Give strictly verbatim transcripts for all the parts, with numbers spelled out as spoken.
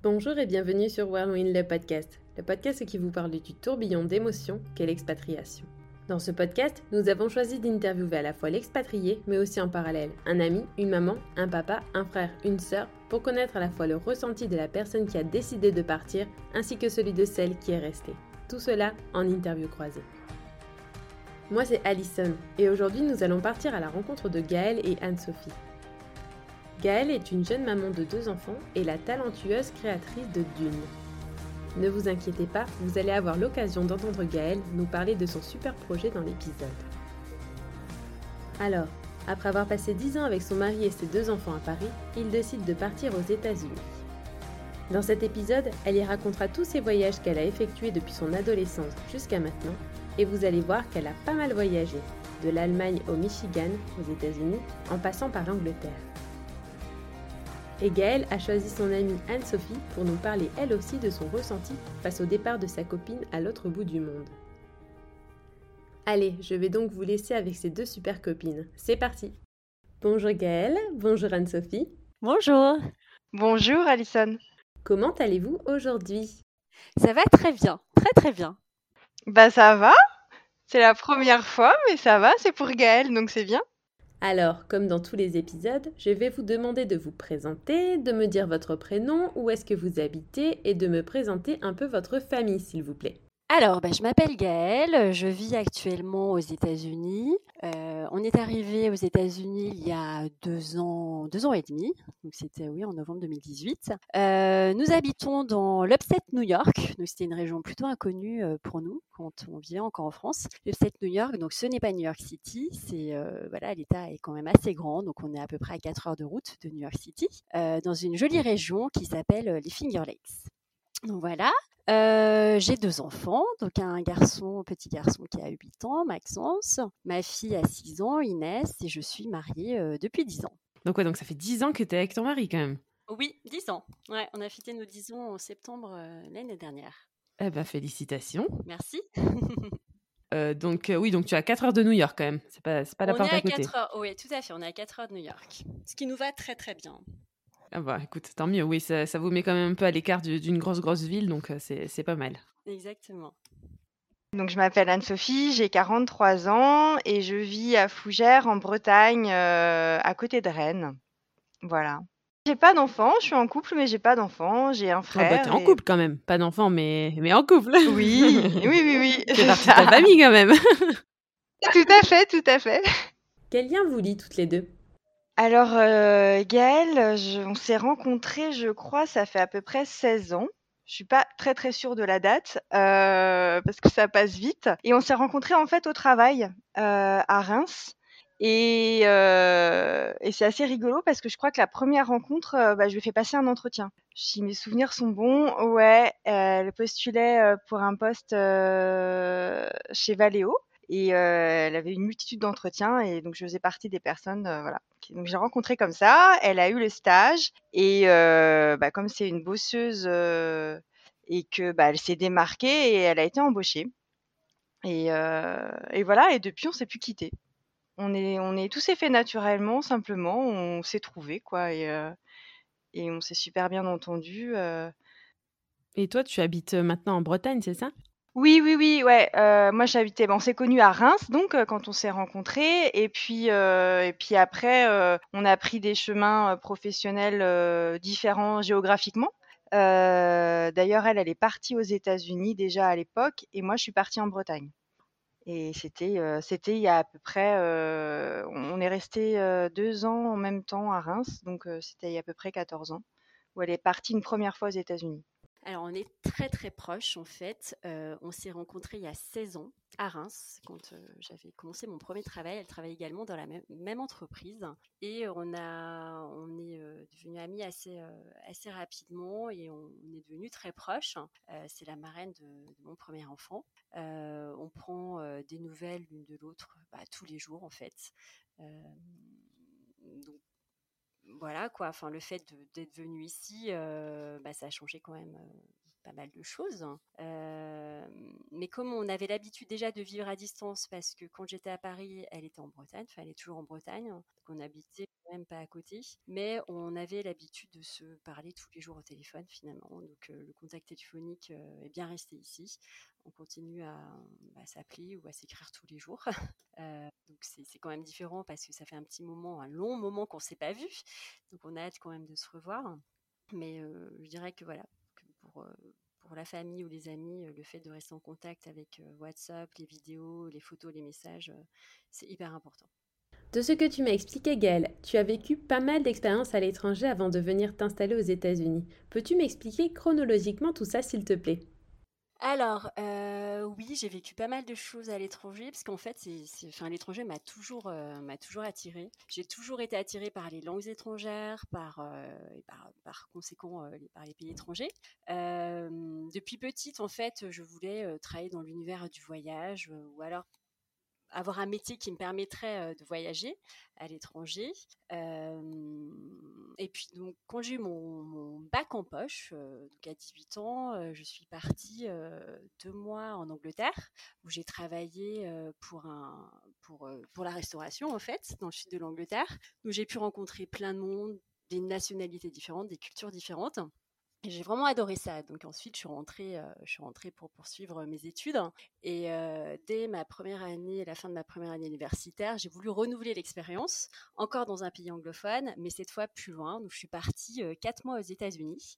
Bonjour et bienvenue sur Whirlwind le podcast, le podcast qui vous parle du tourbillon d'émotions qu'est l'expatriation. Dans ce podcast, nous avons choisi d'interviewer à la fois l'expatrié, mais aussi en parallèle un ami, une maman, un papa, un frère, une sœur, pour connaître à la fois le ressenti de la personne qui a décidé de partir, ainsi que celui de celle qui est restée. Tout cela en interview croisée. Moi c'est Alison, et aujourd'hui nous allons partir à la rencontre de Gaëlle et Anne-Sophie. Gaëlle est une jeune maman de deux enfants et la talentueuse créatrice de Dune. Ne vous inquiétez pas, vous allez avoir l'occasion d'entendre Gaëlle nous parler de son super projet dans l'épisode. Alors, après avoir passé dix ans avec son mari et ses deux enfants à Paris, il décide de partir aux États-Unis. Dans cet épisode, elle y racontera tous ses voyages qu'elle a effectués depuis son adolescence jusqu'à maintenant, et vous allez voir qu'elle a pas mal voyagé, de l'Allemagne au Michigan, aux États-Unis, en passant par l'Angleterre. Et Gaëlle a choisi son amie Anne-Sophie pour nous parler elle aussi de son ressenti face au départ de sa copine à l'autre bout du monde. Allez, je vais donc vous laisser avec ces deux super copines. C'est parti! Bonjour Gaëlle, bonjour Anne-Sophie. Bonjour. Bonjour Alison. Comment allez-vous aujourd'hui? Ça va très bien, très très bien. Bah ça va, c'est la première fois, mais ça va, c'est pour Gaëlle, donc c'est bien. Alors, comme dans tous les épisodes, je vais vous demander de vous présenter, de me dire votre prénom, où est-ce que vous habitez et de me présenter un peu votre famille, s'il vous plaît. Alors, bah, je m'appelle Gaëlle, je vis actuellement aux États-Unis. Euh, on est arrivé aux États-Unis il y a deux ans, deux ans et demi. Donc c'était oui en novembre deux mille dix-huit. Euh, nous habitons dans l'Upstate New York. Donc c'était une région plutôt inconnue euh, pour nous quand on vivait encore en France. L'Upstate New York, donc ce n'est pas New York City. C'est euh, voilà, l'État est quand même assez grand, donc on est à peu près à quatre heures de route de New York City, euh, dans une jolie région qui s'appelle les Finger Lakes. Donc voilà. Euh, j'ai deux enfants, donc un garçon, un petit garçon qui a huit ans, Maxence, ma fille a six ans, Inès, et je suis mariée euh, depuis dix ans. Donc ouais, donc ça fait dix ans que t'es avec ton mari quand même. Oui, dix ans. Ouais, on a fêté nos dix ans en septembre euh, l'année dernière. Eh ben félicitations. Merci. Euh, donc euh, oui, donc tu as quatre heures de New York quand même. C'est pas, c'est pas la on porte est à à côté. quatre heures, oui, tout à fait, on est à quatre heures de New York, ce qui nous va très très bien. Ah bah écoute, tant mieux, oui, ça, ça vous met quand même un peu à l'écart du- d'une grosse grosse ville, donc euh, c'est, c'est pas mal. Exactement. Donc je m'appelle Anne-Sophie, j'ai quarante-trois ans et je vis à Fougères en Bretagne, euh, à côté de Rennes. Voilà. J'ai pas d'enfant, je suis en couple mais j'ai pas d'enfant, j'ai un Oh frère. bah t'es en et- couple quand même, pas d'enfant mais, mais en couple. Oui, oui, oui, oui. C'est c'est partie de ça. ta famille quand même. Tout à fait, tout à fait. Quel lien vous lie toutes les deux? Alors euh, Gaëlle, je- on s'est rencontrés, je crois, ça fait à peu près seize ans. Je suis pas très très sûre de la date euh, parce que ça passe vite. Et on s'est rencontrés en fait au travail euh, à Reims. Et, euh, et c'est assez rigolo parce que je crois que la première rencontre, euh, bah, je lui ai fait passer un entretien. Si mes souvenirs sont bons, ouais, elle postulait euh, pour un poste euh, chez Valeo. Et euh, elle avait une multitude d'entretiens et donc je faisais partie des personnes, euh, voilà. Qui- Donc j'ai rencontré comme ça. Elle a eu le stage et euh, bah, comme c'est une bosseuse euh, et que bah, elle s'est démarquée et elle a été embauchée. Et, euh, et voilà. Et depuis on s'est plus quitté. On est, on est, tout s'est fait naturellement, simplement. On s'est trouvé quoi et, euh, et on s'est super bien entendu. euh. Et toi, tu habites euh, maintenant en Bretagne, c'est ça? Oui, oui, oui, ouais. Euh, moi, j'habitais, ben, on s'est connus à Reims, donc euh, quand on s'est rencontrés, et puis, euh, et puis après, euh, on a pris des chemins euh, professionnels euh, différents géographiquement. Euh, d'ailleurs, elle, elle est partie aux États-Unis déjà à l'époque, et moi, je suis partie en Bretagne. Et c'était, euh, c'était il y a à peu près, euh, on on est resté euh, deux ans en même temps à Reims, donc euh, c'était il y a à peu près quatorze ans, où elle est partie une première fois aux États-Unis. Alors, on est très très proches en fait. Euh, on s'est rencontrés il y a seize ans à Reims quand euh, j'avais commencé mon premier travail. Elle travaille également dans la même, même entreprise et on a, on est euh, devenus amis assez euh, assez rapidement et on, on est devenus très proches. Euh, c'est la marraine de, de mon premier enfant. Euh, on prend euh, des nouvelles l'une de l'autre bah, tous les jours en fait. Euh, donc voilà quoi. Enfin, le fait de, d'être venu ici, euh, bah, ça a changé quand même. Euh, pas mal de choses. Euh, mais comme on avait l'habitude déjà de vivre à distance, parce que quand j'étais à Paris, elle était en Bretagne, enfin elle est toujours en Bretagne, donc on habitait quand même pas à côté, mais on avait l'habitude de se parler tous les jours au téléphone finalement. Donc euh, le contact téléphonique euh, est bien resté ici. On continue à, à s'appeler ou à s'écrire tous les jours. Euh, donc c'est, c'est quand même différent parce que ça fait un petit moment, un long moment qu'on ne s'est pas vu. Donc on a hâte quand même de se revoir. Mais euh, je dirais que voilà, que pour, euh, pour la famille ou les amis, euh, le fait de rester en contact avec euh, WhatsApp, les vidéos, les photos, les messages, euh, c'est hyper important. De ce que tu m'as expliqué, Gaëlle, tu as vécu pas mal d'expériences à l'étranger avant de venir t'installer aux États-Unis. Peux-tu m'expliquer chronologiquement tout ça, s'il te plaît? Alors, euh, oui, j'ai vécu pas mal de choses à l'étranger, parce qu'en fait, c'est, c'est, enfin, l'étranger m'a toujours, euh, m'a toujours attirée. J'ai toujours été attirée par les langues étrangères, par, euh, et par, par conséquent, euh, les- par les pays étrangers. Euh, depuis petite, en fait, je voulais euh, travailler dans l'univers du voyage, euh, ou alors avoir un métier qui me permettrait euh, de voyager à l'étranger. Euh, et puis donc quand j'ai eu mon, mon bac en poche, euh, donc à dix-huit ans, euh, je suis partie euh, deux mois en Angleterre où j'ai travaillé euh, pour un pour euh, pour la restauration en fait dans le sud de l'Angleterre où j'ai pu rencontrer plein de monde, des nationalités différentes, des cultures différentes. Et j'ai vraiment adoré ça. Donc ensuite, je suis rentrée, euh, je suis rentrée pour poursuivre mes études. Et euh, dès ma première année, la fin de ma première année universitaire, j'ai voulu renouveler l'expérience, encore dans un pays anglophone, mais cette fois plus loin. Donc je suis partie euh, quatre mois aux États-Unis,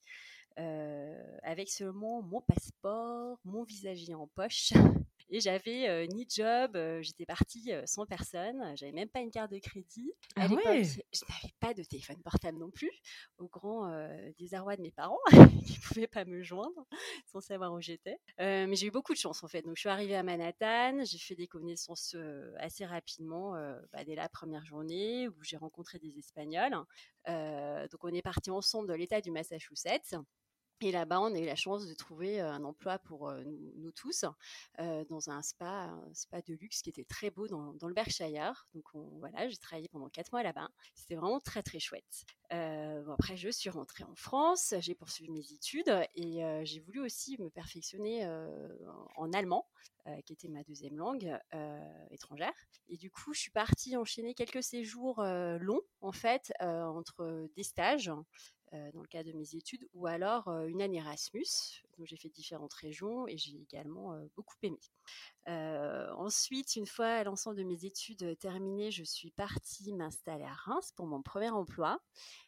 euh, avec seulement mon passeport, mon visagier en poche. Et j'avais euh, ni job, euh, j'étais partie euh, sans personne, j'avais même pas une carte de crédit. À Ah l'époque, ouais. je n'avais pas de téléphone portable non plus, au grand euh, désarroi de mes parents qui ne pouvaient pas me joindre sans savoir où j'étais. Euh, mais j'ai eu beaucoup de chance en fait. Donc je suis arrivée à Manhattan, j'ai fait des connaissances euh, assez rapidement euh, bah, dès la première journée où j'ai rencontré des Espagnols. Euh, donc on est partis ensemble dans l'État du Massachusetts. Et là-bas, on a eu la chance de trouver euh, un emploi pour euh, nous, nous tous euh, dans un spa, un spa de luxe qui était très beau dans, dans le Berkshire. Donc on- voilà, j'ai travaillé pendant quatre mois là-bas. C'était vraiment très très chouette. Euh, bon, après, je suis rentrée en France, j'ai poursuivi mes études et euh, j'ai voulu aussi me perfectionner euh, en, en allemand, euh, qui était ma deuxième langue euh, étrangère. Et du coup, je suis partie enchaîner quelques séjours euh, longs en fait euh, entre des stages euh, dans le cadre de mes études, ou alors euh, une année Erasmus. Donc j'ai fait différentes régions et j'ai également euh, beaucoup aimé. Euh, ensuite, une fois l'ensemble de mes études terminées, je suis partie m'installer à Reims pour mon premier emploi.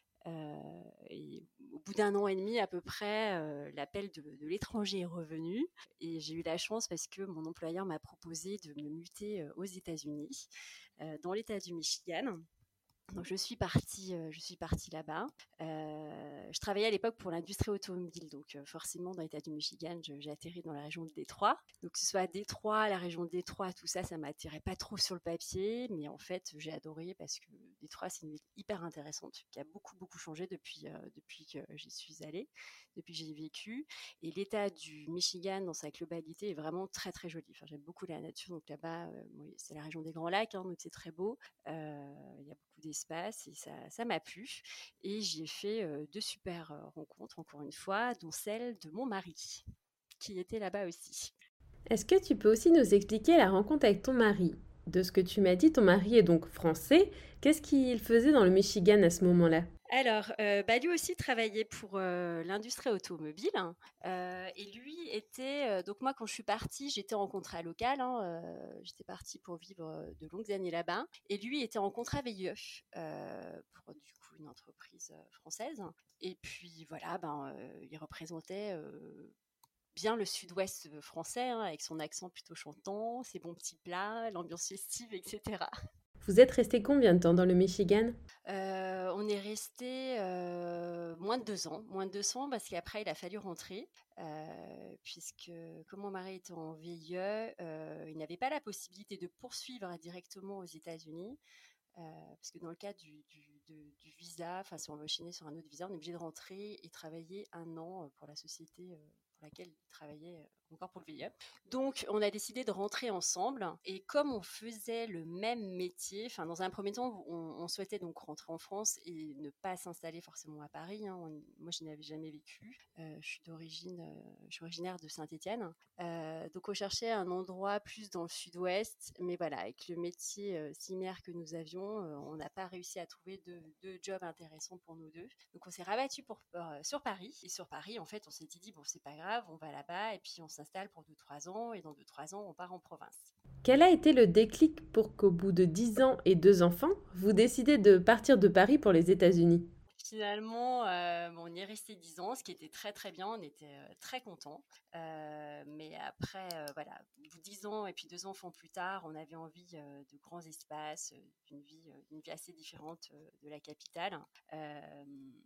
Euh, et au bout d'un an et demi à peu près, euh, l'appel de, de l'étranger est revenu et j'ai eu la chance parce que mon employeur m'a proposé de me muter euh, aux États-Unis, euh, dans l'État du Michigan. Donc je suis partie, euh, je suis partie là-bas. Euh, je travaillais à l'époque pour l'industrie automobile, donc euh, forcément dans l'État du Michigan, je- j'ai atterri dans la région de Détroit. Donc que ce soit Détroit, la région de Détroit, tout ça, ça m'attirait pas trop sur le papier, mais en fait j'ai adoré parce que Détroit c'est une ville hyper intéressante qui a beaucoup beaucoup changé depuis euh, depuis que j'y suis allée, depuis que j'y ai vécu. Et l'État du Michigan dans sa globalité est vraiment très très joli. Enfin j'aime beaucoup la nature, donc là-bas, euh, bon, c'est la région des Grands Lacs, hein, donc c'est très beau. Euh, il y a beaucoup d'espace et ça, ça m'a plu. Et j'y ai fait euh, deux super euh, rencontres, encore une fois, dont celle de mon mari, qui était là-bas aussi. Est-ce que tu peux aussi nous expliquer la rencontre avec ton mari? De ce que tu m'as dit, ton mari est donc français. Qu'est-ce qu'il faisait dans le Michigan à ce moment-là? Alors, euh, bah, lui aussi travaillait pour euh, l'industrie automobile, hein. Euh, et lui était, euh, donc moi quand je suis partie, j'étais en contrat local, hein, euh, j'étais partie pour vivre de longues années là-bas, et lui était en contrat V I E euh, pour du coup une entreprise euh, française. Et puis voilà, ben, euh, il représentait euh, bien le sud-ouest français, hein, avec son accent plutôt chantant, ses bons petits plats, l'ambiance festive, et cetera. Vous êtes resté combien de temps dans le Michigan? Euh, on est resté euh, moins de deux ans, moins de deux ans parce qu'après il a fallu rentrer euh, puisque comme mon mari était en V I E, euh, il n'avait pas la possibilité de poursuivre directement aux États-Unis. Euh, parce que dans le cadre du, du, de, du visa, enfin si on veut chiner sur un autre visa, on est obligé de rentrer et travailler un an pour la société euh, pour laquelle il travaillait encore pour le pays. Donc, on a décidé de rentrer ensemble. Et comme on faisait le même métier, enfin, dans un premier temps, on, on souhaitait donc rentrer en France et ne pas s'installer forcément à Paris. Hein. On, moi, je n'y avais jamais vécu. Euh, je suis d'origine, euh, je suis originaire de Saint-Étienne. Euh, donc, on cherchait un endroit plus dans le sud-ouest. Mais voilà, avec le métier euh, similaire que nous avions, euh, on n'a pas réussi à trouver de, de job intéressant pour nous deux. Donc, on s'est rabattu pour, euh, sur Paris. Et sur Paris, en fait, on s'est dit, bon, c'est pas grave, on va là-bas et puis on s'installe pour deux trois ans et dans deux trois ans, on part en province. Quel a été le déclic pour qu'au bout de dix ans et deux enfants, vous décidez de partir de Paris pour les États-Unis ? Finalement, euh, bon, on y est resté dix ans, ce qui était très très bien, on était euh, très contents. Euh, mais après, euh, voilà, au bout de dix ans et puis deux enfants plus tard, on avait envie euh, de grands espaces, euh, d'une vie, euh, d'une vie assez différente euh, de la capitale. Euh,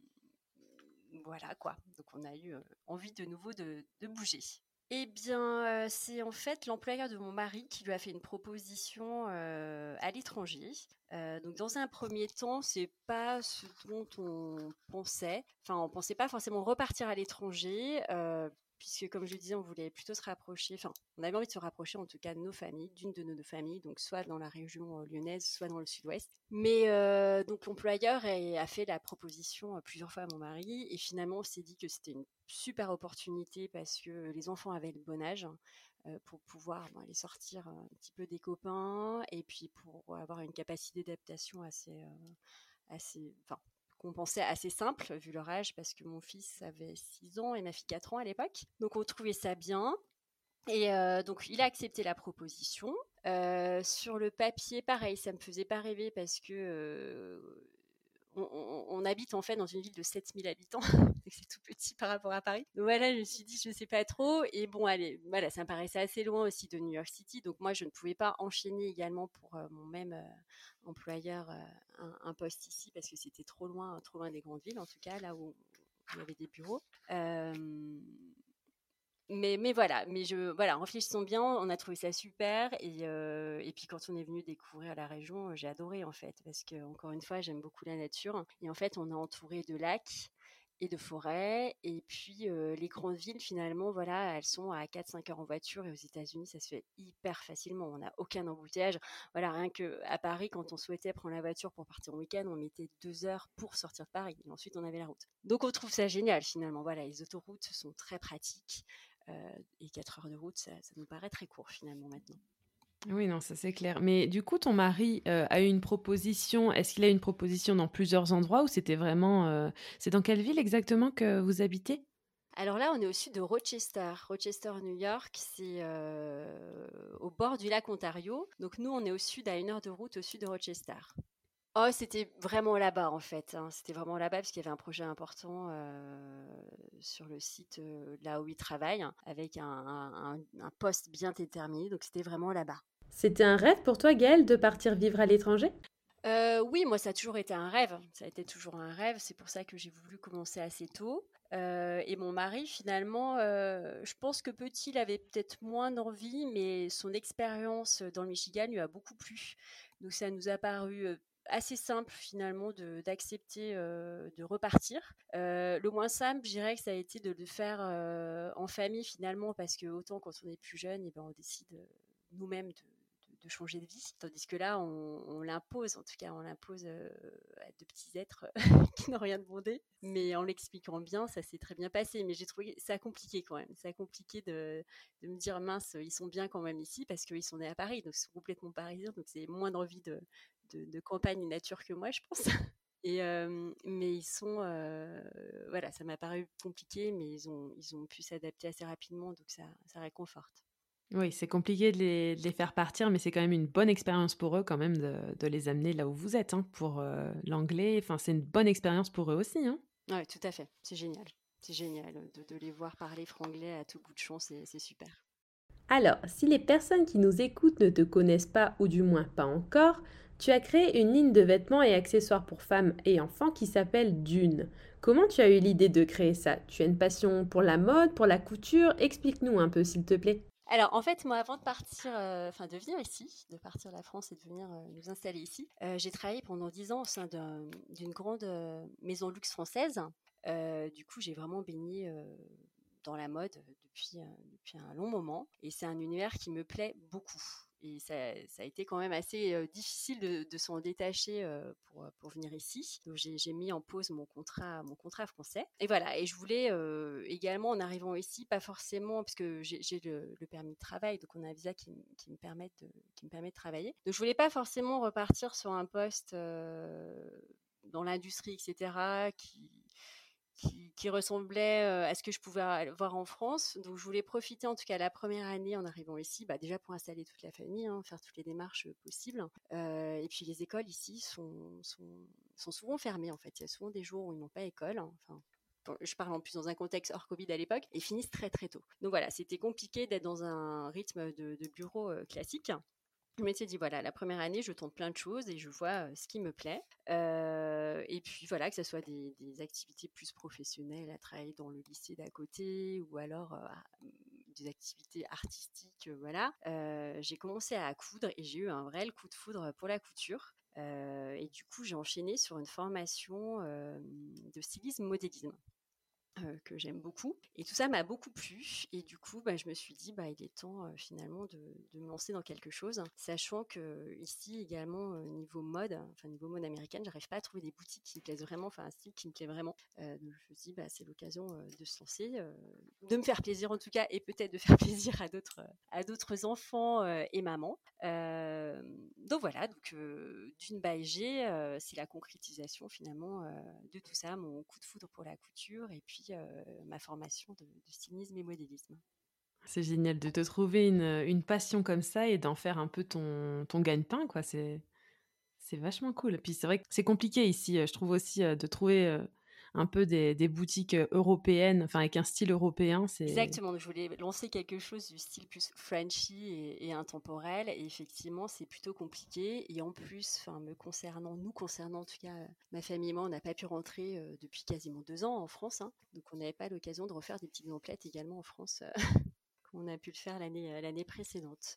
voilà quoi, donc on a eu euh, envie de nouveau de, de bouger. Eh bien, euh, c'est en fait l'employeur de mon mari qui lui a fait une proposition euh, à l'étranger. Euh, donc, dans un premier temps, c'est pas ce dont on pensait. Enfin, on pensait pas forcément repartir à l'étranger, euh, puisque, comme je le disais, on voulait plutôt se rapprocher. Enfin, on avait envie de se rapprocher, en tout cas, de nos familles, d'une de nos deux familles, donc soit dans la région euh, lyonnaise, soit dans le sud-ouest. Mais euh, donc, l'employeur a, a fait la proposition euh, plusieurs fois à mon mari, et finalement, on s'est dit que c'était une super opportunité parce que les enfants avaient le bon âge euh, pour pouvoir bon, les sortir un petit peu des copains et puis pour avoir une capacité d'adaptation assez, euh, assez, enfin, qu'on pensait assez simple vu leur âge parce que mon fils avait six ans et ma fille quatre ans à l'époque. Donc on trouvait ça bien. Et euh, donc il a accepté la proposition. Euh, sur le papier, pareil, ça me faisait pas rêver parce que euh, On, on, on habite en fait dans une ville de sept mille habitants, c'est tout petit par rapport à Paris. Donc voilà, je me suis dit, je sais pas trop. Et bon, allez, voilà, ça me paraissait assez loin aussi de New York City. Donc moi, je ne pouvais pas enchaîner également pour euh, mon même euh, employeur euh, un, un poste ici parce que c'était trop loin, trop loin des grandes villes, en tout cas, là où, où il y avait des bureaux. Euh, Mais, mais voilà, mais je, voilà, en réfléchissant bien, on a trouvé ça super. Et, euh, et puis quand on est venu découvrir la région, j'ai adoré en fait, parce que encore une fois, j'aime beaucoup la nature. Et en fait, on est entouré de lacs et de forêts. Et puis euh, les grandes villes, finalement, voilà, elles sont à quatre cinq heures en voiture. Et aux États-Unis, ça se fait hyper facilement. On n'a aucun embouteillage. Voilà, rien qu'à Paris, quand on souhaitait prendre la voiture pour partir en week-end, on mettait deux heures pour sortir de Paris. Et ensuite, on avait la route. Donc on trouve ça génial finalement. Voilà, les autoroutes sont très pratiques. Euh, et quatre heures de route, ça, ça nous paraît très court finalement maintenant. Oui, non, ça c'est clair. Mais du coup, ton mari euh, a eu une proposition. Est-ce qu'il a eu une proposition dans plusieurs endroits ou c'était vraiment... Euh, c'est dans quelle ville exactement que vous habitez ? Alors là, on est au sud de Rochester. Rochester, New York, c'est euh, au bord du lac Ontario. Donc nous, on est au sud, à une heure de route au sud de Rochester. Oh, c'était vraiment là-bas en fait. Hein. C'était vraiment là-bas parce qu'il y avait un projet important euh, sur le site euh, là où il travaille, hein, avec un, un, un poste bien déterminé. Donc c'était vraiment là-bas. C'était un rêve pour toi, Gaëlle, de partir vivre à l'étranger ? Euh, oui, moi, ça a toujours été un rêve. Ça a été toujours un rêve. C'est pour ça que j'ai voulu commencer assez tôt. Euh, et mon mari, finalement, euh, je pense que petit, il avait peut-être moins d'envie, mais son expérience dans le Michigan lui a beaucoup plu. Donc, ça nous a paru euh, assez simple, finalement, de, d'accepter euh, de repartir. Euh, le moins simple, je dirais que ça a été de le faire euh, en famille, finalement, parce que autant quand on est plus jeune, eh ben, on décide euh, nous-mêmes de de changer de vie, tandis que là, on, on l'impose, en tout cas, on l'impose euh, à de petits êtres qui n'ont rien demandé. Mais en l'expliquant bien, ça s'est très bien passé. Mais j'ai trouvé ça compliqué quand même. C'est compliqué de, de me dire, mince, ils sont bien quand même ici parce qu'ils sont nés à Paris, donc ils sont complètement parisiens, donc c'est moins d'envie de, de, de campagne et nature que moi, je pense. Et euh, mais ils sont, euh, voilà, ça m'a paru compliqué, mais ils ont, ils ont pu s'adapter assez rapidement, donc ça, ça réconforte. Oui, c'est compliqué de les, de les faire partir, mais c'est quand même une bonne expérience pour eux quand même de, de les amener là où vous êtes, hein, pour euh, l'anglais. Enfin, c'est une bonne expérience pour eux aussi. Hein. Oui, tout à fait. C'est génial. C'est génial de, de les voir parler franglais à tout bout de champ. C'est, c'est super. Alors, si les personnes qui nous écoutent ne te connaissent pas, ou du moins pas encore, tu as créé une ligne de vêtements et accessoires pour femmes et enfants qui s'appelle Dune. Comment tu as eu l'idée de créer ça ? Tu as une passion pour la mode, pour la couture ? Explique-nous un peu, s'il te plaît. Alors, en fait, moi, avant de partir, euh, enfin de venir ici, de partir de la France et de venir euh, nous installer ici, euh, j'ai travaillé pendant dix ans au sein d'un- d'une grande euh, maison luxe française. Euh, du coup, j'ai vraiment baigné euh, dans la mode depuis, euh, depuis un long moment. Et c'est un univers qui me plaît beaucoup. Et ça, ça a été quand même assez euh, difficile de, de s'en détacher euh, pour, pour venir ici. Donc j'ai, j'ai mis en pause mon contrat, mon contrat français. Et voilà. Et je voulais euh, également, en arrivant ici, pas forcément, parce que j'ai, j'ai le, le permis de travail, donc on a un visa qui, qui me permet de, qui me permet de travailler. Donc je voulais pas forcément repartir sur un poste euh, dans l'industrie, et cetera, qui qui, qui ressemblait euh, à ce que je pouvais voir en France. Donc, je voulais profiter, en tout cas, la première année en arrivant ici, bah, déjà pour installer toute la famille, hein, faire toutes les démarches euh, possibles. Euh, et puis, les écoles ici sont, sont, sont souvent fermées, en fait. Il y a souvent des jours où ils n'ont pas école. Hein. Enfin, je parle en plus dans un contexte hors Covid à l'époque, et finissent très très tôt. Donc voilà, c'était compliqué d'être dans un rythme de, de bureau euh, classique. Je m'étais dit, voilà, la première année, je tente plein de choses et je vois euh, ce qui me plaît. Euh, et puis, voilà, que ce soit des, des activités plus professionnelles, à travailler dans le lycée d'à côté ou alors euh, des activités artistiques, euh, voilà. Euh, j'ai commencé à coudre et j'ai eu un vrai coup de foudre pour la couture. Euh, et du coup, j'ai enchaîné sur une formation euh, de stylisme modélisme. Euh, que j'aime beaucoup. Et tout ça m'a beaucoup plu. Et du coup, bah, je me suis dit, bah, il est temps euh, finalement de, de me lancer dans quelque chose. Sachant que ici également, euh, niveau mode, enfin niveau mode américaine, j'arrive pas à trouver des boutiques qui me plaisent vraiment, enfin un style qui me plaît vraiment. Euh, donc je me suis dit, bah, c'est l'occasion euh, de se lancer, euh, de me faire plaisir en tout cas, et peut-être de faire plaisir à d'autres, à d'autres enfants euh, et mamans. Euh, donc voilà, donc euh, d'une by G, euh, c'est la concrétisation finalement euh, de tout ça, mon coup de foudre pour la couture et puis euh, ma formation de, de stylisme et modélisme. C'est génial de te trouver une, une passion comme ça et d'en faire un peu ton, ton gagne-pain, quoi. C'est, c'est vachement cool. Puis c'est vrai que c'est compliqué ici, euh, je trouve aussi, euh, de trouver euh, un peu des, des boutiques euh, européennes, enfin avec un style européen. C'est... Exactement, donc je voulais lancer quelque chose du style plus Frenchy et, et intemporel, et effectivement c'est plutôt compliqué, et en plus, enfin me concernant, nous concernant en tout cas, euh, ma famille et moi, on n'a pas pu rentrer euh, depuis quasiment deux ans en France, hein, donc on n'avait pas l'occasion de refaire des petites emplettes également en France, euh, comme on a pu le faire l'année, euh, l'année précédente.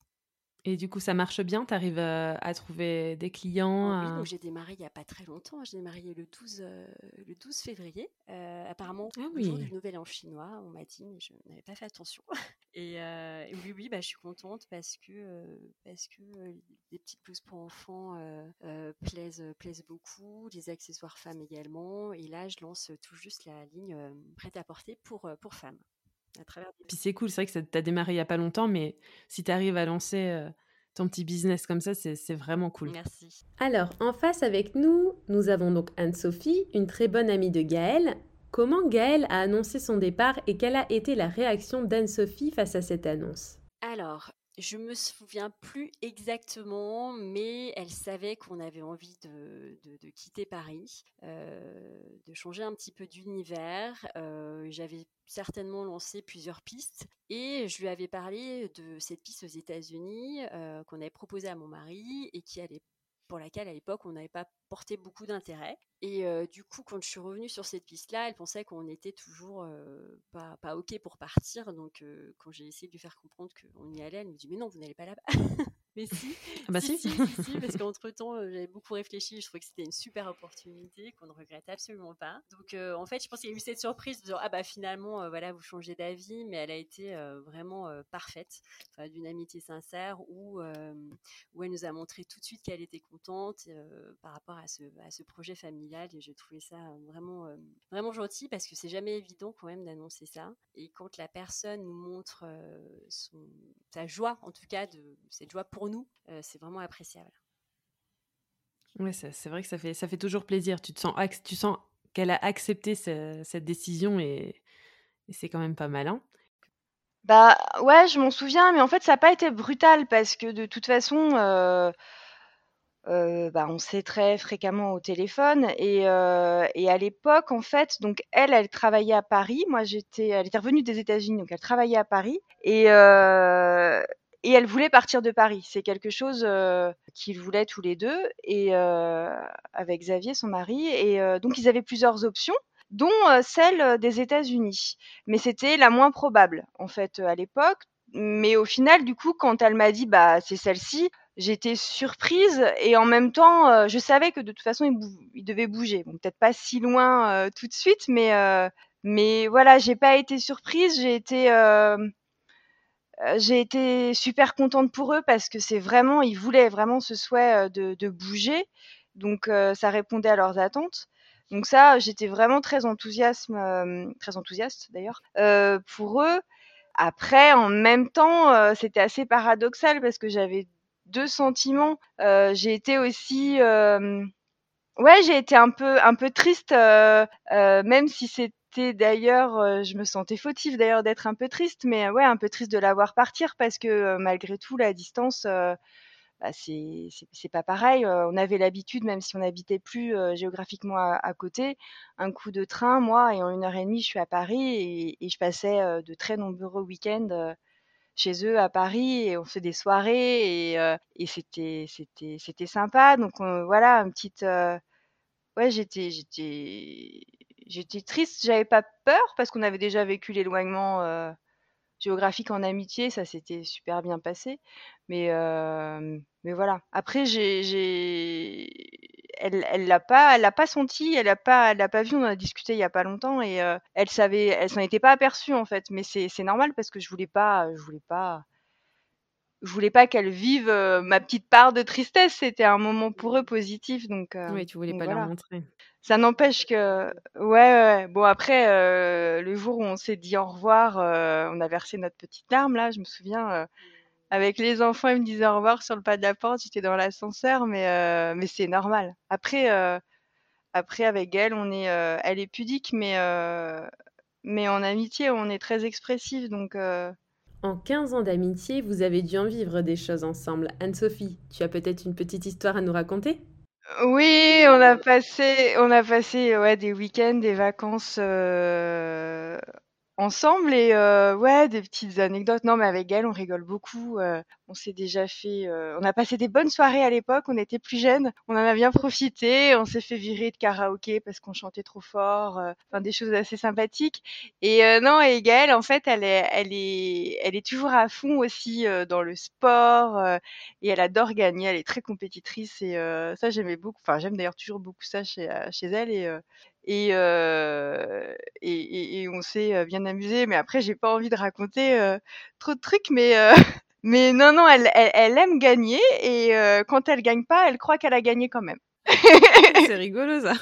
Et du coup, ça marche bien? Tu arrives à, à trouver des clients? Oh oui, donc à- j'ai démarré il n'y a pas très longtemps. J'ai démarré le douze, euh, le douze février. Euh, apparemment, Ah le jour du oui. Nouvel An chinois, on m'a dit, mais je n'avais pas fait attention. Et, euh, et oui, oui, bah, je suis contente parce que, euh, parce que euh, les petites blouses pour enfants euh, euh, plaisent, plaisent beaucoup, les accessoires femmes également. Et là, je lance tout juste la ligne euh, prêt-à-porter pour, euh, pour femmes. À travers des... Puis c'est cool, c'est vrai que ça t'a démarré il y a pas longtemps, mais si tu arrives à lancer euh, ton petit business comme ça, c'est, c'est vraiment cool. Merci. Alors, en face avec nous, nous avons donc Anne-Sophie, une très bonne amie de Gaëlle. Comment Gaëlle a annoncé son départ et quelle a été la réaction d'Anne-Sophie face à cette annonce? Alors, je me souviens plus exactement, mais elle savait qu'on avait envie de, de- de quitter Paris, euh, de changer un petit peu d'univers. Euh, j'avais certainement lancé plusieurs pistes et je lui avais parlé de cette piste aux États-Unis euh, qu'on avait proposée à mon mari et qui allait pour laquelle à l'époque on n'avait pas porté beaucoup d'intérêt. Et euh, du coup, quand je suis revenue sur cette piste-là, elle pensait qu'on était toujours euh, pas, pas OK pour partir. Donc, euh, quand j'ai essayé de lui faire comprendre qu'on y allait, elle me dit: mais non, vous n'allez pas là-bas. Mais si, Ah bah si, si. si, si, si, parce qu'entre-temps, euh, j'avais beaucoup réfléchi. Je trouvais que c'était une super opportunité qu'on ne regrette absolument pas. Donc, euh, en fait, je pense qu'il y a eu cette surprise de dire: ah bah finalement, euh, voilà, vous changez d'avis, mais elle a été euh, vraiment euh, parfaite, enfin, d'une amitié sincère où, euh, où elle nous a montré tout de suite qu'elle était contente euh, par rapport à ce, à ce projet familial. Et j'ai trouvé ça vraiment, euh, vraiment gentil parce que c'est jamais évident quand même d'annoncer ça. Et quand la personne nous montre euh, son, sa joie, en tout cas, de cette joie pour nous, euh, c'est vraiment appréciable. Ouais, ça- c'est vrai que ça fait, ça fait toujours plaisir. Tu te sens, ac- tu sens qu'elle a accepté ce- cette décision et, et c'est quand même pas mal, hein. Bah, ouais, je m'en souviens, mais en fait, ça n'a pas été brutal parce que de toute façon, heu heu, bah, on s'est très fréquemment au téléphone et heu et à l'époque, en fait, donc elle, elle travaillait à Paris. Moi, j'étais elle était revenue des États-Unis, donc elle travaillait à Paris et heu et elle voulait partir de Paris. C'est quelque chose, heu, qu'ils voulaient tous les deux et heu, avec Xavier, son mari et heu, donc ils avaient plusieurs options, dont, heu, celle, des États-Unis. Mais c'était la moins probable, en fait, heu, à l'époque. mais au final, du coup, quand elle m'a dit: «Bah, c'est celle-ci», j'étais surprise et en même temps, heu, je savais que de toute façon, il bou il devait bouger. Bon, peut-être pas si loin, heu, tout de suite, mais heu, mais voilà, j'ai pas été surprise, j'ai été, hem, heu, j'ai été super contente pour eux parce que c'est vraiment ils voulaient vraiment ce souhait, heu, de de bouger, donc heu, ça répondait à leurs attentes. Donc ça, j'étais vraiment très enthousiasme, hem, très enthousiaste d'ailleurs, heu, pour eux. Après, en même temps, heu, c'était assez paradoxal parce que j'avais deux sentiments. Heu, j'ai été aussi, hem, ouais, j'ai été un peu un peu triste, heu heu, même si c'était d'ailleurs, heu, je me sentais fautive d'ailleurs d'être un peu triste, mais ouais, un peu triste de la voir partir parce que, heu, malgré tout la distance, heu, bah, c'est c'est c'est pas pareil, heu, on avait l'habitude, même si on n'habitait plus, heu, géographiquement à à côté, un coup de train, moi et en une heure et demie, je suis à Paris et et je passais, heu, de très nombreux week-ends, heu, chez eux à Paris et on faisait des soirées et heu et c'était c'était c'était sympa donc heu, voilà, une petite, heu, ouais, j'étais j'étais j'étais triste, j'avais pas peur parce qu'on avait déjà vécu l'éloignement, heu, géographique en amitié, ça s'était super bien passé. Mais hem, mais voilà. Après j'ai j'ai elle elle l'a pas elle l'a pas senti, elle l'a pas elle l'a pas vu, on en a discuté il y a pas longtemps et heu, elle savait elle s'en était pas aperçue en fait, mais c'est c'est normal parce que je voulais pas, je voulais pas je voulais pas qu'elle vive, heu, ma petite part de tristesse. C'était un moment pour eux positif donc heu, Oui, tu voulais donc pas leur voilà. montrer. Ça n'empêche que ouais, ouais, ouais. Bon après, heu, le jour où on s'est dit au revoir, heu, on a versé notre petite larme là, je me souviens, heu, avec les enfants, ils me disaient au revoir sur le pas de la porte, j'étais dans l'ascenseur mais heu, mais c'est normal. Après, heu, après avec elle, on est, heu, elle est pudique mais heu, mais en amitié, on est très expressifs donc heu En quinze ans d'amitié, vous avez dû en vivre des choses ensemble. Anne-Sophie, tu as peut-être une petite histoire à nous raconter? oui, on a passé on a passé, ouais, des week-ends, des vacances, heu, ensemble et heu, ouais, des petites anecdotes. Non, mais avec elle, on rigole beaucoup, heu, on s'est déjà fait, heu, on a passé des bonnes soirées à l'époque, on était plus jeunes, on en a bien profité, on s'est fait virer de karaoké parce qu'on chantait trop fort, heu, enfin des choses assez sympathiques et heu, non et Gaëlle, en fait, elle est elle est elle est toujours à fond aussi, heu, dans le sport, heu et elle adore gagner, elle est très compétitrice et heu, ça j'aimais beaucoup, enfin j'aime d'ailleurs toujours beaucoup ça chez, heu, chez elle et heu et heu et et et on s'est, heu, bien amusés. Mais après j'ai pas envie de raconter, heu, trop de trucs, mais heu, mais non, non, elle elle elle aime gagner et heu, quand elle gagne pas, elle croit qu'elle a gagné quand même. C'est rigolo ça.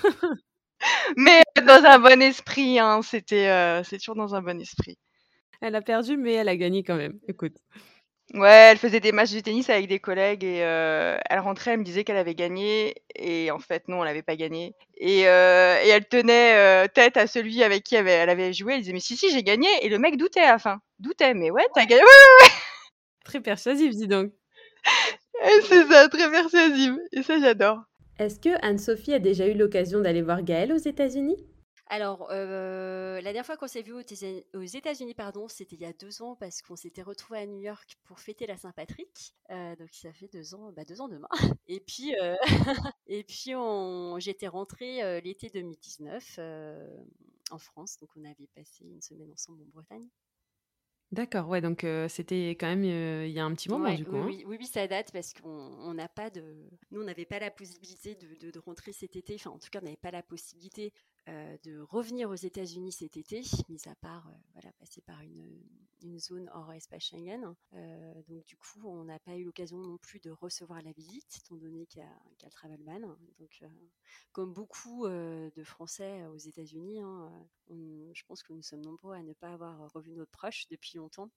Mais dans un bon esprit, hein, c'était, heu, c'est toujours dans un bon esprit. Elle a perdu, mais elle a gagné quand même. Écoute. Ouais, elle faisait des matchs de tennis avec des collègues et heu, elle rentrait, elle me disait qu'elle avait gagné et en fait non, elle avait pas gagné et heu et elle tenait, heu, tête à celui avec qui elle avait elle avait joué. Elle disait: «Mais si, si, j'ai gagné» et le mec doutait à la fin. Doutait: «Mais ouais, tu as gagné, ouais, Très persuasive, dis donc. ouais, c'est ça, très persuasive et ça j'adore». Est-ce que Anne-Sophie a déjà eu l'occasion d'aller voir Gaëlle aux États-Unis? Alors, euh, la dernière fois qu'on s'est vu aux États- aux États-Unis, pardon, c'était il y a deux ans parce qu'on s'était retrouvés à New York pour fêter la Saint-Patrick. Euh, donc ça fait deux ans, bah deux ans demain. Et puis, euh, et puis on, j'étais rentrée euh, l'été deux mille dix-neuf euh, en France, donc on avait passé une semaine ensemble en Bretagne. D'accord, ouais, donc euh, c'était quand même euh, il y a un petit moment Ouais, du coup, oui, hein. oui, oui, oui, ça date parce qu'on on n'a pas de, nous, on n'avait pas la possibilité de, de, de rentrer cet été. Enfin, en tout cas, on n'avait pas la possibilité euh, de revenir aux États-Unis cet été, mis à part, euh, voilà, passer par une, une zone hors espace Schengen. Euh, donc, du coup, on n'a pas eu l'occasion non plus de recevoir la visite, étant donné qu'il y a, qu'il y a le travel ban. Donc, euh, comme beaucoup euh, de Français aux États-Unis, hein, on- je pense que nous sommes nombreux à ne pas avoir revu nos proches depuis longtemps.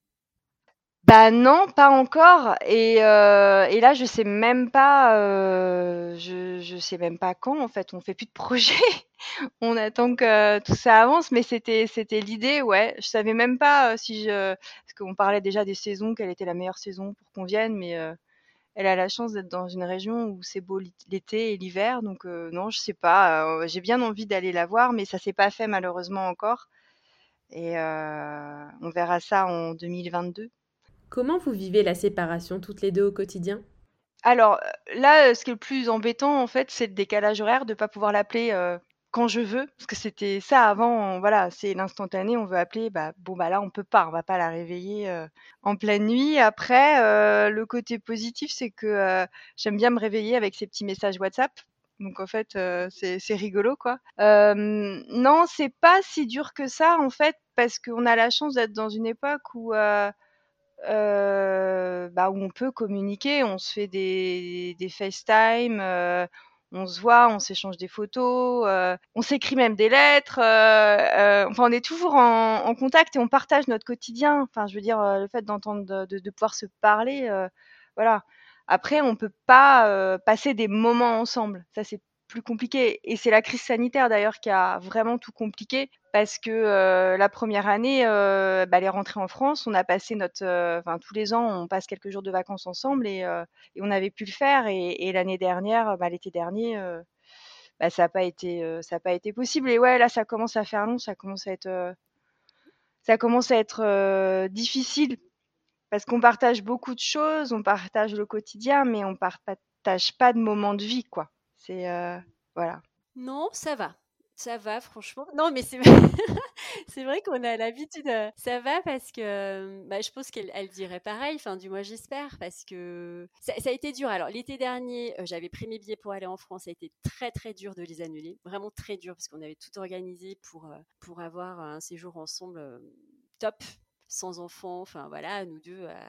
Bah non, pas encore et heu et là je sais même pas, heu, je je sais même pas quand en fait, on fait plus de projet. On attend que tout ça avance, mais c'était c'était l'idée, ouais. Je savais même pas, heu, si je parce qu'on parlait déjà des saisons, quelle était la meilleure saison pour qu'on vienne, mais heu, elle a la chance d'être dans une région où c'est beau l'hit l'été et l'hiver, donc heu, non, je sais pas, heu, j'ai bien envie d'aller la voir, mais ça s'est pas fait malheureusement encore et heu, on verra ça en deux mille vingt-deux. Comment vous vivez la séparation toutes les deux au quotidien? Alors, heu, là, heu, ce qui est le plus embêtant, en fait, c'est le décalage horaire, de pas pouvoir l'appeler, heu, quand je veux, parce que c'était ça avant, on- voilà, c'est l'instantané, on veut appeler, bah bon bah là on peut pas, on va pas la réveiller euh, en pleine nuit. Après, euh, le côté positif, c'est que euh, j'aime bien me réveiller avec ces petits messages WhatsApp. Donc en fait, euh, c'est c'est rigolo quoi. Euh, non, c'est pas si dur que ça en fait, parce qu'on a la chance d'être dans une époque où euh, euh, bah, où on peut communiquer, on se fait des, des FaceTime, euh, on se voit, on s'échange des photos, euh, on s'écrit même des lettres. Euh, euh, enfin, on est toujours en, en contact et on partage notre quotidien. Enfin, je veux dire, euh, le fait d'entendre, de, de, de pouvoir se parler, euh, voilà. Après, on peut pas euh, passer des moments ensemble. Ça, c'est plus compliqué. Et c'est la crise sanitaire d'ailleurs qui a vraiment tout compliqué parce que euh, la première année, euh, bah, elle est rentrée en France. On a passé notre, euh, enfin tous les ans, on passe quelques jours de vacances ensemble et, euh, et on avait pu le faire. Et, et l'année dernière, bah, l'été dernier, euh, bah, ça n'a pas été, euh, ça a pas été possible. Et ouais, là, ça commence à faire long, ça commence à être, euh, ça commence à être euh, difficile parce qu'on partage beaucoup de choses, on partage le quotidien, mais on partage pas de moments de vie, quoi. C'est euh, voilà. Non, ça va. Ça va, franchement. Non, mais c'est c'est vrai qu'on a l'habitude. euh, Ça va parce que euh, bah, je pense qu'elle elle dirait pareil. Enfin, du moins, j'espère parce que ça, ça a été dur. Alors, l'été dernier, euh, j'avais pris mes billets pour aller en France. Ça a été très, très dur de les annuler. Vraiment très dur parce qu'on avait tout organisé pour, euh, pour avoir un séjour ensemble euh, top, sans enfants. Enfin, voilà, nous deux. euh,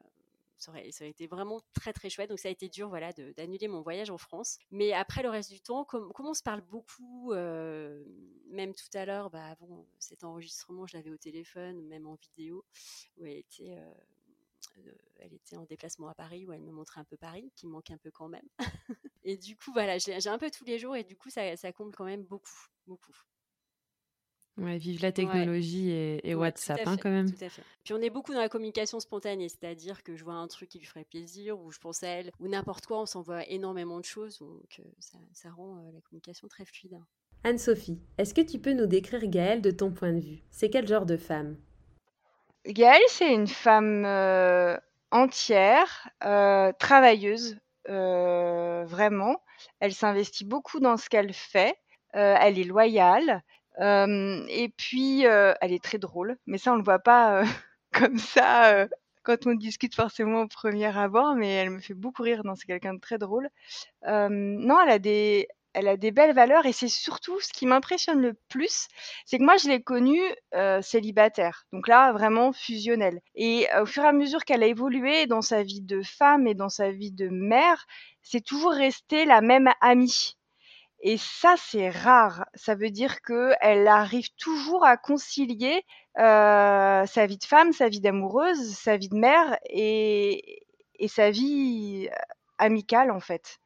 ça aurait, ça aurait été vraiment très très chouette. Donc ça a été dur voilà, de- d'annuler mon voyage en France. Mais après le reste du temps, comme, comme on se parle beaucoup, euh, même tout à l'heure, bah, avant cet enregistrement, je l'avais au téléphone, même en vidéo, où elle était, euh, euh, elle était en déplacement à Paris, où elle me montrait un peu Paris, qui me manque un peu quand même. Et du coup, voilà, j'ai j'ai un peu tous les jours et du coup, ça, ça comble quand même beaucoup, beaucoup. Ouais, vive la Ouais. technologie et, et Ouais, tout WhatsApp à hein, fait, quand même. tout à fait. Puis on est beaucoup dans la communication spontanée, c'est-à-dire que je vois un truc qui lui ferait plaisir, ou je pense à elle, ou n'importe quoi, on s'envoie énormément de choses, donc euh, ça, ça rend euh, la communication très fluide. Anne-Sophie, est-ce que tu peux nous décrire Gaëlle de ton point de vue? C'est quel genre de femme? Gaëlle, c'est une femme euh, entière, euh, travailleuse, euh, vraiment. Elle s'investit beaucoup dans ce qu'elle fait. Euh, elle est loyale. Euh, et puis, euh, elle est très drôle. Mais ça, on le voit pas euh, comme ça euh, quand on discute forcément au premier abord. Mais elle me fait beaucoup rire. Non, c'est quelqu'un de très drôle. Euh, non, elle a des, elle a des belles valeurs et c'est surtout ce qui m'impressionne le plus, c'est que moi je l'ai connue euh, célibataire, donc là vraiment fusionnelle. Et euh, au fur et à mesure qu'elle a évolué dans sa vie de femme et dans sa vie de mère, c'est toujours resté la même amie. Et ça, c'est rare. Ça veut dire que elle arrive toujours à concilier euh, sa vie de femme, sa vie d'amoureuse, sa vie de mère et, et sa vie euh, amicale en fait.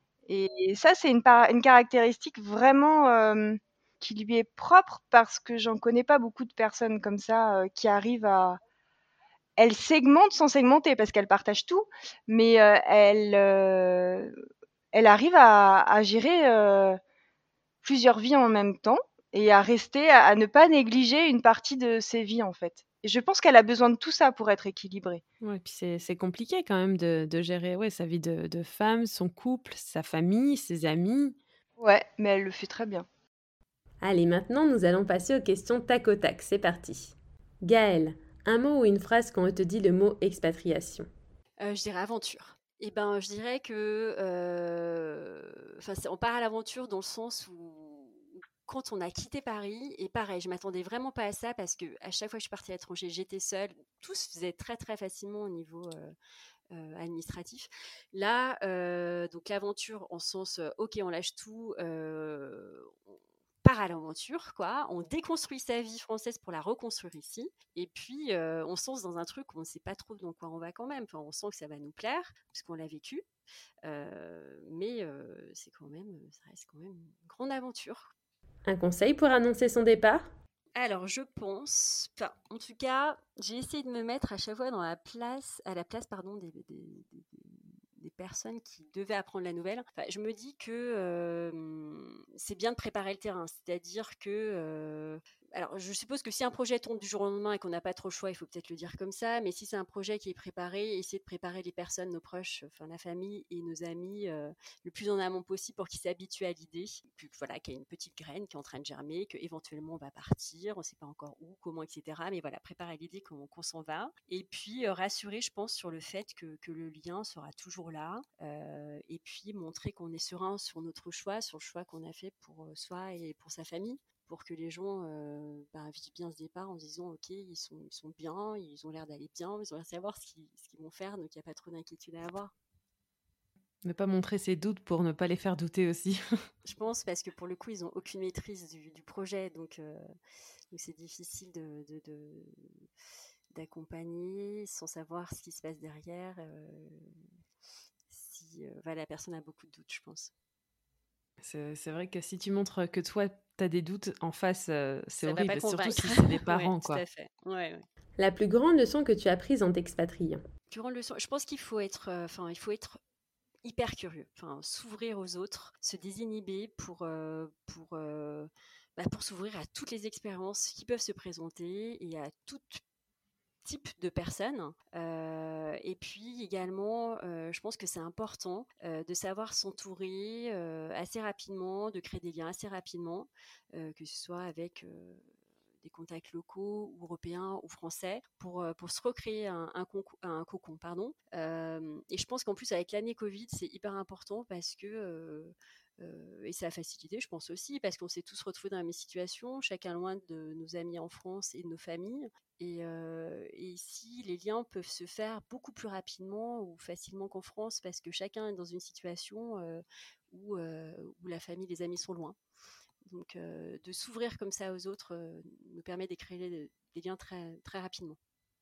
Et ça, c'est une, par- une caractéristique vraiment euh, qui lui est propre parce que j'en connais pas beaucoup de personnes comme ça euh, qui arrivent à. Elle segmente sans segmenter parce qu'elle partage tout, mais euh, elle, euh, elle arrive à, à gérer euh, plusieurs vies en même temps et à rester, à, à ne pas négliger une partie de ses vies en fait. Et je pense qu'elle a besoin de tout ça pour être équilibrée. Ouais, puis c'est c'est compliqué quand même de, de gérer ouais, sa vie de, de femme, son couple, sa famille, ses amis. Ouais, mais elle le fait très bien. Allez, maintenant nous allons passer aux questions tac au tac. C'est parti. Gaëlle, un mot ou une phrase quand on te dit le mot expatriation? Euh, je dirais aventure. Et ben, je dirais que, euh, enfin, c'est- on part à l'aventure dans le sens où quand on a quitté Paris, et pareil, je m'attendais vraiment pas à ça parce que à chaque fois que je suis partie à l'étranger, j'étais seule. Tout se faisait très très facilement au niveau euh, euh, administratif. Là, euh, donc l'aventure en sens, euh, ok, on lâche tout, euh, on part à l'aventure, quoi. On déconstruit sa vie française pour la reconstruire ici. Et puis, euh, on se lance dans un truc où on ne sait pas trop dans quoi on va quand même. Enfin, on sent que ça va nous plaire, parce qu'on l'a vécu. Euh, mais euh, c'est quand même, ça reste quand même une grande aventure. Un conseil pour annoncer son départ? Alors, je pense, enfin, en tout cas, j'ai essayé de me mettre à chaque fois dans la place, à la place, pardon, des, des, des, des- des personnes qui devaient apprendre la nouvelle. Enfin, je me dis que euh, c'est bien de préparer le terrain, c'est-à-dire que euh, alors, je suppose que si un projet tombe du jour au lendemain et qu'on n'a pas trop le choix, il faut peut-être le dire comme ça. Mais si c'est un projet qui est préparé, essayer de préparer les personnes, nos proches, enfin la famille et nos amis, euh, le plus en amont possible pour qu'ils s'habituent à l'idée. Que, voilà, qu'il y a une petite graine qui est en train de germer, qu'éventuellement on va partir, on ne sait pas encore où, comment, et cetera. Mais voilà, préparer l'idée qu'on, qu'on s'en va. Et puis euh, rassurer, je pense, sur le fait que, que le lien sera toujours là. Euh, et puis montrer qu'on est serein sur notre choix, sur le choix qu'on a fait pour euh, soi et pour sa famille, pour que les gens euh, bah, vivent bien ce départ en se disant ok, ils sont, ils sont bien, ils ont l'air d'aller bien, ils ont l'air de savoir ce qu'ils, ce qu'ils vont faire, donc il n'y a pas trop d'inquiétude à avoir. Ne pas montrer ses doutes pour ne pas les faire douter aussi. Je pense parce que pour le coup, ils n'ont aucune maîtrise du, du projet, donc, euh, donc c'est difficile de, de, de, d'accompagner sans savoir ce qui se passe derrière. Euh, si euh, bah, la personne a beaucoup de doutes, je pense. C'est, c'est vrai que si tu montres que toi, tu as des doutes en face, euh, c'est Ça horrible, va pas surtout convaincre. si c'est des parents. Ouais, quoi. tout à fait. Ouais, ouais. La plus grande leçon que tu as prise en t'expatriant? Durant le leçon, je pense qu'il faut être, enfin, euh, il faut être hyper curieux, enfin, s'ouvrir aux autres, se désinhiber pour, euh, pour, euh, bah, pour s'ouvrir à toutes les expériences qui peuvent se présenter et à tout type de personnes. Euh, et puis également, euh, je pense que c'est important euh, de savoir s'entourer euh, assez rapidement, de créer des liens assez rapidement, euh, que ce soit avec euh, des contacts locaux ou européens ou français pour, euh, pour se recréer un, un, conco- un cocon. Pardon. Euh, et je pense qu'en plus, avec l'année Covid, c'est hyper important parce que euh, euh, et ça a facilité, je pense aussi, parce qu'on s'est tous retrouvés dans la même situation, chacun loin de nos amis en France et de nos familles. Et, euh, et ici, les liens peuvent se faire beaucoup plus rapidement ou facilement qu'en France, parce que chacun est dans une situation euh, où, euh, où la famille, les amis sont loin. Donc, euh, de s'ouvrir comme ça aux autres euh, nous permet de créer des, des liens très, très rapidement.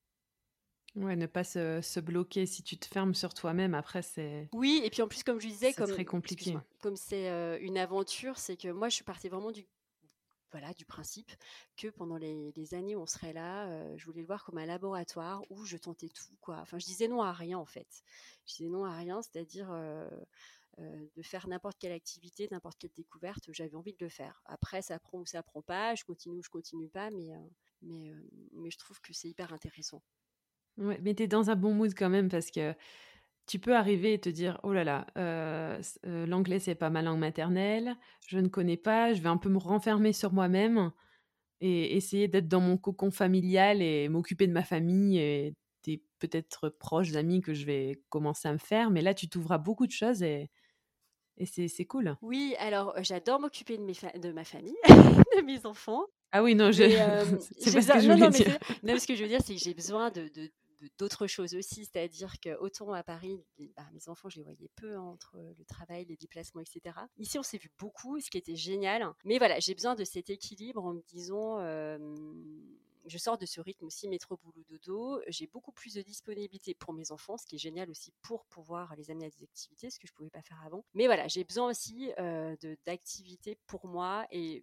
Ouais, ne pas se, se bloquer. Si tu te fermes sur toi-même, après, c'est, Oui, et puis en plus, comme je disais, c'est comme, très compliqué. excuse-moi, comme c'est euh, une aventure, c'est que moi, je suis partie vraiment du, voilà, du principe que pendant les, les années où on serait là, euh, je voulais le voir comme un laboratoire où je tentais tout, quoi. Enfin, je disais non à rien, en fait. Je disais non à rien, c'est-à-dire euh, euh, de faire n'importe quelle activité, n'importe quelle découverte, j'avais envie de le faire. Après, ça prend ou ça prend pas, je continue ou je continue pas, mais, euh, mais, euh, mais je trouve que c'est hyper intéressant. Ouais, mais tu es dans un bon mood quand même parce que tu peux arriver et te dire oh là là, euh, euh, l'anglais c'est pas ma langue maternelle, je ne connais pas, je vais un peu me renfermer sur moi-même et essayer d'être dans mon cocon familial et m'occuper de ma famille et des peut-être proches amis que je vais commencer à me faire. Mais là, tu t'ouvres à beaucoup de choses et, et c'est, c'est cool. Oui, alors euh, j'adore m'occuper de, mes fa- de ma famille, de mes enfants. Ah oui, non, je... Mais euh, c'est j'ai pas ce que besoin. je Non, voulais non, mais dire. c'est... non, ce que je veux dire, c'est que j'ai besoin de, de- de- d'autres choses aussi. C'est-à-dire que autant à Paris, les- bah, mes enfants, je les voyais peu hein, entre le travail, les déplacements, et cetera. Ici, on s'est vu beaucoup, ce qui était génial. Mais voilà, j'ai besoin de cet équilibre en me disant. euh, je sors de ce rythme aussi métro boulot dodo. J'ai beaucoup plus de disponibilité pour mes enfants, ce qui est génial aussi pour pouvoir les amener à des activités, ce que je pouvais pas faire avant. Mais voilà, j'ai besoin aussi euh, de, d'activités pour moi et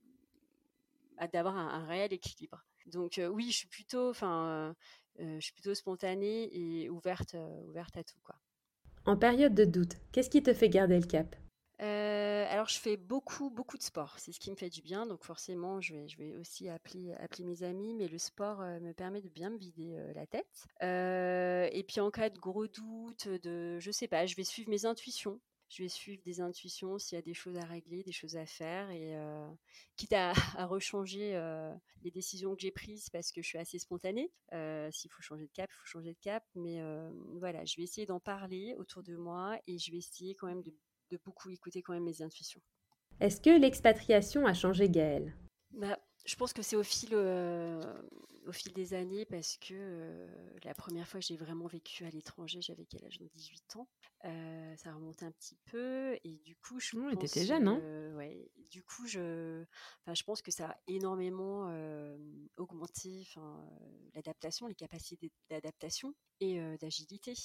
d'avoir un, un réel équilibre. Donc euh, oui, je suis plutôt, enfin, euh, je suis plutôt spontanée et ouverte, euh, ouverte à tout, quoi. En période de doute, qu'est-ce qui te fait garder le cap? Euh, alors je fais beaucoup, beaucoup de sport. C'est ce qui me fait du bien. Donc forcément, je vais, je vais aussi appeler, appeler mes amis. Mais le sport euh, me permet de bien me vider euh, la tête. Euh, et puis en cas de gros doute, de, je sais pas, je vais suivre mes intuitions. Je vais suivre des intuitions s'il y a des choses à régler, des choses à faire. Et euh, quitte à, à rechanger euh, les décisions que j'ai prises parce que je suis assez spontanée. Euh, s'il faut changer de cap, il faut changer de cap. Mais euh, voilà, je vais essayer d'en parler autour de moi et je vais essayer quand même de de beaucoup écouter quand même mes intuitions. Est-ce que l'expatriation a changé Gaëlle? Bah, je pense que c'est au fil, euh, au fil des années parce que euh, la première fois que j'ai vraiment vécu à l'étranger, j'avais quel âge? Donc dix-huit ans. Euh, ça remonte un petit peu et du coup, je Oui, pense, t'étais jeune, hein? euh, ouais, du coup, je, enfin, je pense que ça a énormément euh, augmenté, enfin, euh, l'adaptation, les capacités d'adaptation et euh, d'agilité.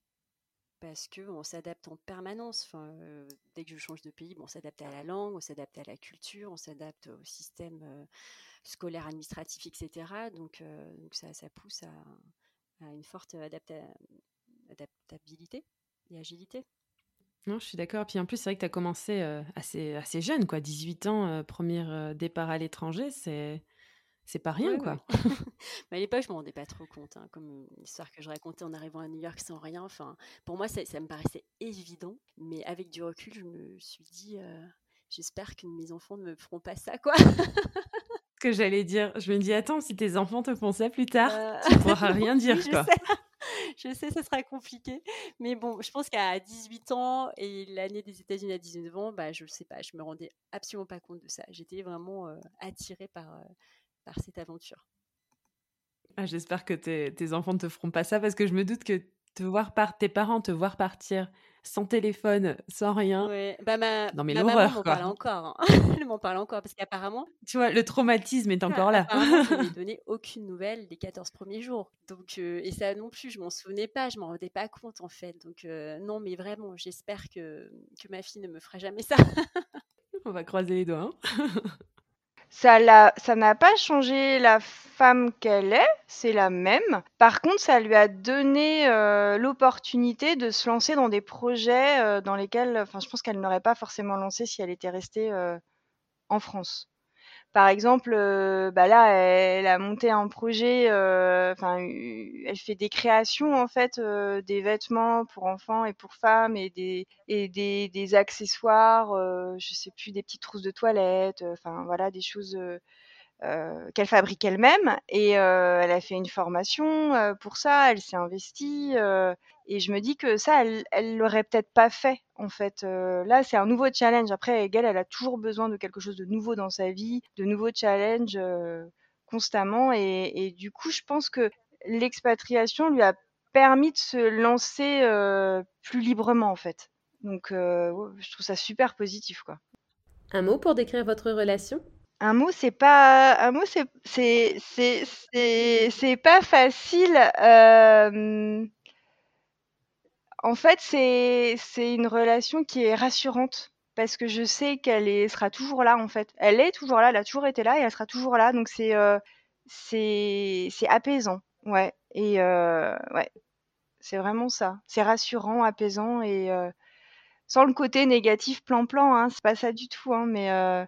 Parce qu'on s'adapte en permanence. Enfin, euh, dès que je change de pays, bon, on s'adapte à la langue, on s'adapte à la culture, on s'adapte au système euh, scolaire, administratif, et cetera. Donc, euh, donc ça, ça pousse à, à une forte adapta- adaptabilité et agilité. Non, je suis d'accord. Puis en plus, c'est vrai que tu as commencé euh, assez, assez jeune, quoi. dix-huit ans, euh, premier euh, départ à l'étranger, c'est, C'est pas rien, Oui, quoi. oui. Mais à l'époque, je me rendais pas trop compte, hein, comme l'histoire que je racontais en arrivant à New York sans rien. Enfin, pour moi, ça, ça me paraissait évident. Mais avec du recul, je me suis dit, euh, j'espère que mes enfants ne me feront pas ça, quoi. Ce que j'allais dire, je me dis, attends, si tes enfants te font ça plus tard, Euh, tu pourras non, rien oui, dire, je quoi. sais. Je sais, ça sera compliqué. Mais bon, je pense qu'à dix-huit ans et l'année des États-Unis à dix-neuf ans, bah, je ne sais pas, je me rendais absolument pas compte de ça. J'étais vraiment euh, attirée par, euh, par cette aventure. Ah, j'espère que tes, tes enfants ne te feront pas ça parce que je me doute que te voir par tes parents te voir partir sans téléphone, sans rien. Ouais, bah ma, Non mais ma maman l'horreur m'en quoi. parle encore, hein. Elle m'en parle encore parce qu'apparemment, Tu vois, le traumatisme est ah, encore là. apparemment, je lui ai donné aucune nouvelle les quatorze premiers jours. Donc, euh, et ça non plus, je m'en souvenais pas, je m'en rendais pas compte en fait. Donc, euh, non, mais vraiment, j'espère que, que ma fille ne me fera jamais ça. On va croiser les doigts. Hein. Ça l'a, ça n'a pas changé la femme qu'elle est, c'est la même. Par contre, ça lui a donné euh, l'opportunité de se lancer dans des projets euh, dans lesquels, enfin, je pense qu'elle n'aurait pas forcément lancé si elle était restée euh, en France. Par exemple, euh, bah là, elle, elle a monté un projet, euh, enfin, euh, elle fait des créations en fait, euh, des vêtements pour enfants et pour femmes et des et des, des accessoires, euh, je sais plus, des petites trousses de toilette, euh, enfin voilà, des choses euh, euh, qu'elle fabrique elle-même. Et euh, elle a fait une formation euh, pour ça, elle s'est investie. Euh, et je me dis que ça, elle, elle l'aurait peut-être pas fait en fait. Euh, là, c'est un nouveau challenge. Après, Egel, elle a toujours besoin de quelque chose de nouveau dans sa vie, de nouveaux challenges euh, constamment. Et, et du coup, je pense que l'expatriation lui a permis de se lancer euh, plus librement en fait. Donc, euh, ouais, je trouve ça super positif, quoi. Un mot pour décrire votre relation? Un mot, c'est pas un mot, c'est c'est c'est c'est c'est pas facile. Hem, en fait, c'est c'est une relation qui est rassurante parce que je sais qu'elle est sera toujours là, en fait. Elle est toujours là, elle a toujours été là et elle sera toujours là, donc c'est, heu, c'est c'est apaisant, ouais. Et heu, ouais, c'est vraiment ça. C'est rassurant, apaisant et heu, sans le côté négatif plan-plan, hein, c'est pas ça du tout, hein, mais heu,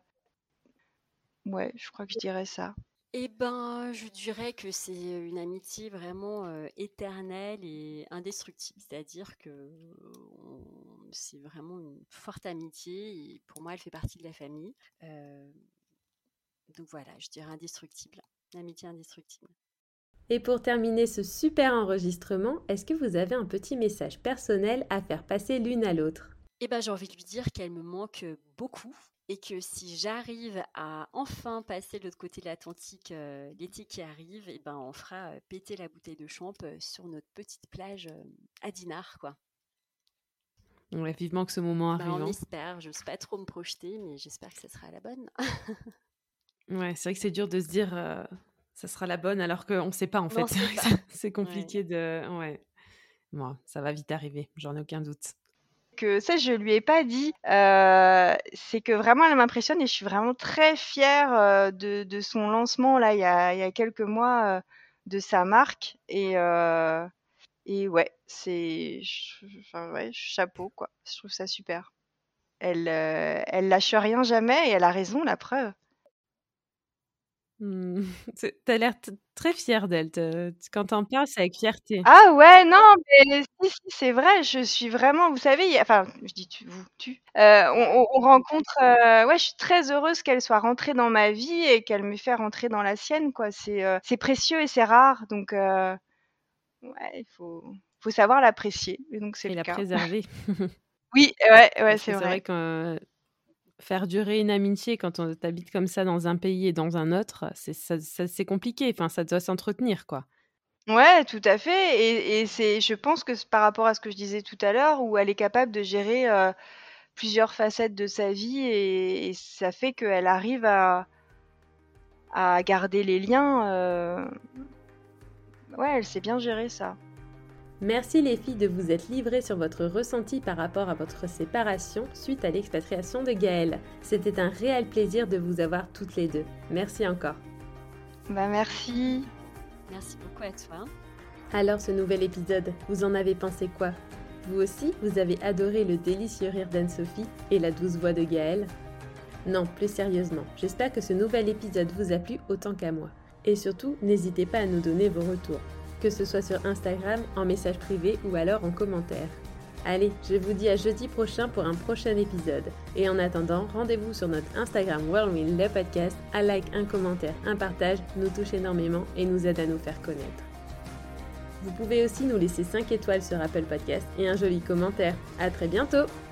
ouais, je crois que je dirais ça. Eh ben, je dirais que c'est une amitié vraiment euh, éternelle et indestructible. C'est-à-dire que euh, on- c'est vraiment une forte amitié et pour moi, elle fait partie de la famille. Euh, donc voilà, je dirais indestructible. Une amitié indestructible. Et pour terminer ce super enregistrement, est-ce que vous avez un petit message personnel à faire passer l'une à l'autre? Eh ben, j'ai envie de lui dire qu'elle me manque beaucoup et que si j'arrive à enfin passer de l'autre côté de l'Atlantique euh, l'été qui arrive, eh ben, on fera euh, péter la bouteille de champ euh, sur notre petite plage euh, à Dinard, quoi. Ouais, vivement que ce moment Bah, arrive. on Hein. espère, je n'ose pas trop me projeter, mais j'espère que ça sera la bonne. Ouais, c'est vrai que c'est dur de se dire euh, ça sera la bonne alors qu'on ne sait pas en Non, fait. c'est pas. C'est Ouais. compliqué de. Ouais. Moi, ça va vite arriver, j'en ai aucun doute. Que ça, je lui ai pas dit. Euh, c'est que vraiment, elle m'impressionne et je suis vraiment très fière euh, de, de son lancement là, il y a, il y a quelques mois, euh, de sa marque. Et, euh, et ouais, c'est, je- enfin ouais, chapeau quoi. Je trouve ça super. Elle, euh, elle lâche rien jamais et elle a raison, la preuve. Hmm. C'est- T'as l'air t- très fière d'elle. te- Quand t'en parles, c'est avec fierté. Ah ouais, non, mais si, si, c'est vrai, je suis vraiment, vous savez, il y a- enfin, je dis tu, vous, tu, euh, on, on- on rencontre, euh, ouais, je suis très heureuse qu'elle soit rentrée dans ma vie et qu'elle me fait rentrer dans la sienne, quoi. C'est, euh, c'est précieux et c'est rare, donc, euh, ouais, il faut, faut savoir l'apprécier, et donc c'est Et le la cas. préserver. Oui, ouais, ouais, Parce c'est que c'est vrai. vrai que euh, faire durer une amitié quand on t'habite comme ça dans un pays et dans un autre, c'est ça, ça- c'est compliqué. Enfin, ça doit s'entretenir, quoi. Ouais, tout à fait, et, et c'est, je pense que c'est par rapport à ce que je disais tout à l'heure, où elle est capable de gérer euh, plusieurs facettes de sa vie, et, et ça fait qu'elle arrive à à garder les liens. euh, Ouais, elle sait bien gérer ça. Merci les filles de vous être livrées sur votre ressenti par rapport à votre séparation suite à l'expatriation de Gaëlle. C'était un réel plaisir de vous avoir toutes les deux. Merci encore. Bah merci. Merci beaucoup à toi. Alors ce nouvel épisode, vous en avez pensé quoi? Vous aussi, vous avez adoré le délicieux rire d'Anne-Sophie et la douce voix de Gaëlle? Non, plus sérieusement, j'espère que ce nouvel épisode vous a plu autant qu'à moi. Et surtout, n'hésitez pas à nous donner vos retours, que ce soit sur Instagram, en message privé ou alors en commentaire. Allez, je vous dis à jeudi prochain pour un prochain épisode. Et en attendant, rendez-vous sur notre Instagram Whirlwind le podcast. Un like, un commentaire, un partage nous touche énormément et nous aide à nous faire connaître. Vous pouvez aussi nous laisser cinq étoiles sur Apple Podcast et un joli commentaire. À très bientôt!